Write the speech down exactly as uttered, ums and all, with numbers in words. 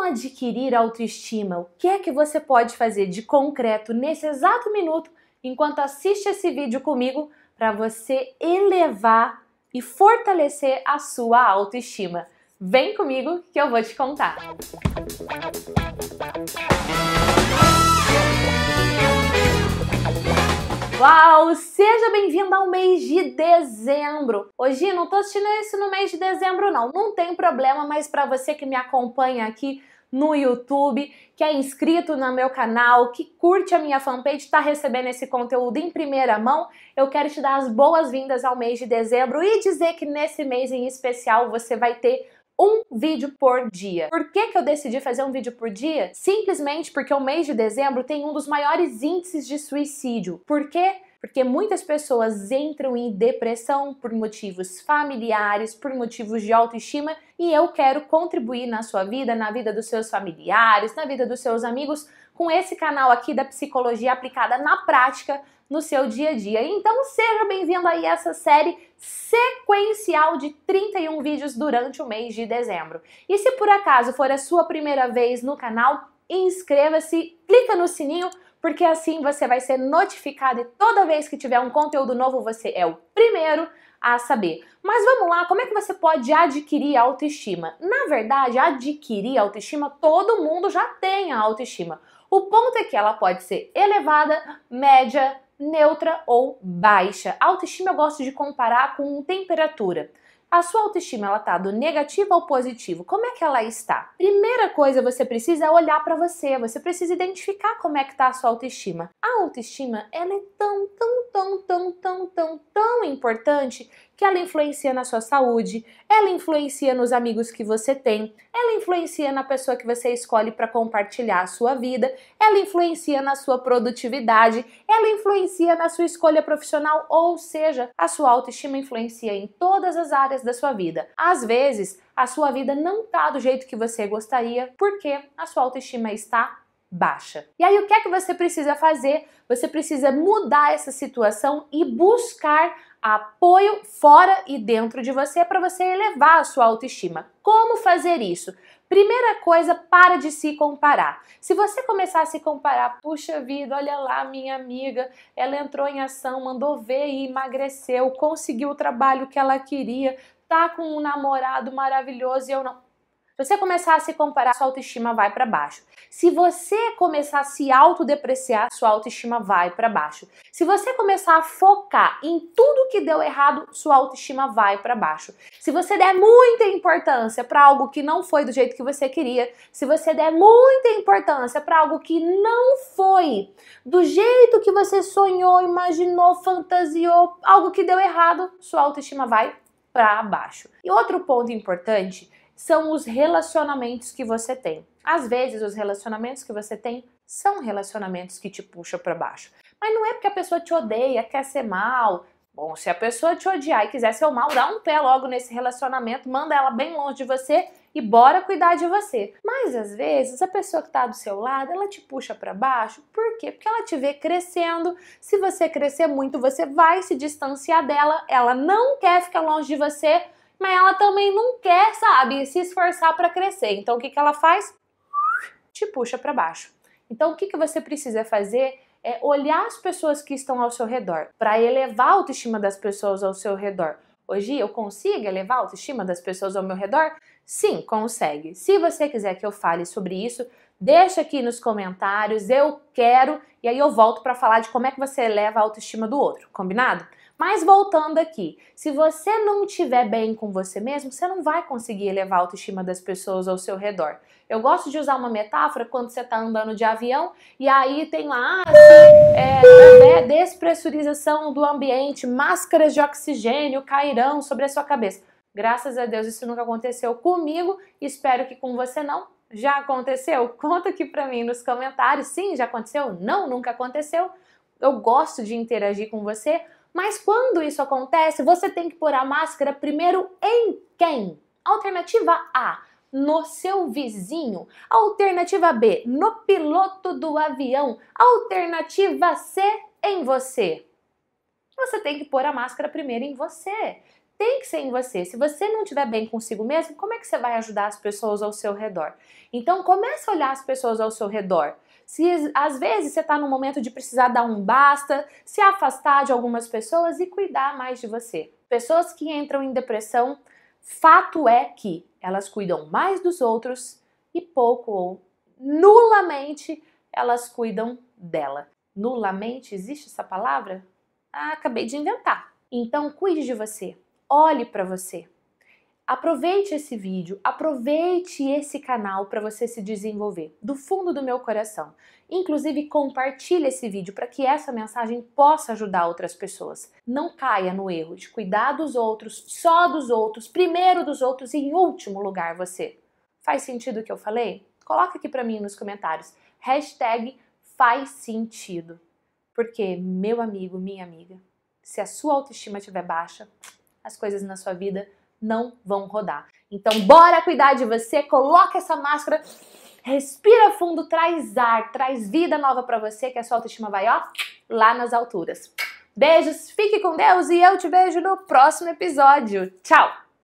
adquirir autoestima? O que é que você pode fazer de concreto nesse exato minuto enquanto assiste esse vídeo comigo para você elevar e fortalecer a sua autoestima? Vem comigo que eu vou te contar. Uau! Seja bem-vindo ao mês de dezembro. Hoje não tô assistindo isso no mês de dezembro não, não tem problema, mas para você que me acompanha aqui no YouTube, que é inscrito no meu canal, que curte a minha fanpage, está recebendo esse conteúdo em primeira mão, eu quero te dar as boas-vindas ao mês de dezembro e dizer que nesse mês em especial você vai ter um vídeo por dia. Por que que eu decidi fazer um vídeo por dia? Simplesmente porque o mês de dezembro tem um dos maiores índices de suicídio. Por quê? Porque muitas pessoas entram em depressão por motivos familiares, por motivos de autoestima, e eu quero contribuir na sua vida, na vida dos seus familiares, na vida dos seus amigos, com esse canal aqui da psicologia aplicada na prática, no seu dia a dia. Então seja bem-vindo aí a essa série sequencial de trinta e um vídeos durante o mês de dezembro. E se por acaso for a sua primeira vez no canal, inscreva-se, clica no sininho, porque assim você vai ser notificado e toda vez que tiver um conteúdo novo você é o primeiro a saber. Mas vamos lá, como é que você pode adquirir autoestima? Na verdade, adquirir autoestima, todo mundo já tem a autoestima. O ponto é que ela pode ser elevada, média, neutra ou baixa. A autoestima eu gosto de comparar com temperatura. A sua autoestima, ela tá do negativo ao positivo. Como é que ela está? Primeira coisa, você precisa olhar para você. Você precisa identificar como é que tá a sua autoestima. A autoestima, ela é tão, tão, tão, tão, tão, tão, tão importante que ela influencia na sua saúde, ela influencia nos amigos que você tem, ela influencia na pessoa que você escolhe para compartilhar a sua vida, ela influencia na sua produtividade, ela influencia na sua escolha profissional, ou seja, a sua autoestima influencia em todas as áreas da sua vida. Às vezes, a sua vida não tá do jeito que você gostaria porque a sua autoestima está baixa. E aí o que é que você precisa fazer? Você precisa mudar essa situação e buscar apoio fora e dentro de você para você elevar a sua autoestima. Como fazer isso? Primeira coisa, para de se comparar. Se você começar a se comparar, puxa vida, olha lá minha amiga, ela entrou em ação, mandou ver e emagreceu, conseguiu o trabalho que ela queria, tá com um namorado maravilhoso e eu não. Se você começar a se comparar, sua autoestima vai para baixo. Se você começar a se autodepreciar, sua autoestima vai para baixo. Se você começar a focar em tudo que deu errado, sua autoestima vai para baixo. Se você der muita importância para algo que não foi do jeito que você queria, se você der muita importância para algo que não foi do jeito que você sonhou, imaginou, fantasiou, algo que deu errado, sua autoestima vai para baixo. E outro ponto importante são os relacionamentos que você tem. Às vezes, os relacionamentos que você tem são relacionamentos que te puxam para baixo. Mas não é porque a pessoa te odeia, quer ser mal. Bom, se a pessoa te odiar e quiser ser mal, dá um pé logo nesse relacionamento, manda ela bem longe de você e bora cuidar de você. Mas às vezes, a pessoa que está do seu lado, ela te puxa para baixo. Por quê? Porque ela te vê crescendo. Se você crescer muito, você vai se distanciar dela. Ela não quer ficar longe de você, mas ela também não quer, sabe, se esforçar para crescer. Então, o que que ela faz? Te puxa para baixo. Então, o que que você precisa fazer é olhar as pessoas que estão ao seu redor, para elevar a autoestima das pessoas ao seu redor. Hoje, eu consigo elevar a autoestima das pessoas ao meu redor? Sim, consegue. Se você quiser que eu fale sobre isso, deixa aqui nos comentários, eu quero, e aí eu volto para falar de como é que você eleva a autoestima do outro, combinado? Mas voltando aqui, se você não estiver bem com você mesmo, você não vai conseguir elevar a autoestima das pessoas ao seu redor. Eu gosto de usar uma metáfora quando você está andando de avião e aí tem lá, assim, é, é, despressurização do ambiente, máscaras de oxigênio cairão sobre a sua cabeça. Graças a Deus isso nunca aconteceu comigo, espero que com você não. Já aconteceu? Conta aqui pra mim nos comentários. Sim, já aconteceu? Não, nunca aconteceu. Eu gosto de interagir com você. Mas quando isso acontece, você tem que pôr a máscara primeiro em quem? Alternativa A, no seu vizinho. Alternativa B, no piloto do avião. Alternativa C, em você. Você tem que pôr a máscara primeiro em você. tem que ser em você. Se você não estiver bem consigo mesmo, como é que você vai ajudar as pessoas ao seu redor? Então comece a olhar as pessoas ao seu redor. Se às vezes você está no momento de precisar dar um basta, se afastar de algumas pessoas e cuidar mais de você. Pessoas que entram em depressão, fato é que elas cuidam mais dos outros e pouco ou nulamente elas cuidam dela. Nulamente, existe essa palavra? Ah, acabei de inventar. Então cuide de você, olhe para você. Aproveite esse vídeo, aproveite esse canal para você se desenvolver, do fundo do meu coração. Inclusive, compartilhe esse vídeo para que essa mensagem possa ajudar outras pessoas. Não caia no erro de cuidar dos outros, só dos outros, primeiro dos outros e em último lugar você. Faz sentido o que eu falei? Coloca aqui para mim nos comentários. Hashtag faz sentido. Porque, meu amigo, minha amiga, se a sua autoestima estiver baixa, as coisas na sua vida não vão rodar. Então, bora cuidar de você, coloca essa máscara, respira fundo, traz ar, traz vida nova pra você, que a sua autoestima vai, ó, lá nas alturas. Beijos, fique com Deus e eu te vejo no próximo episódio. Tchau!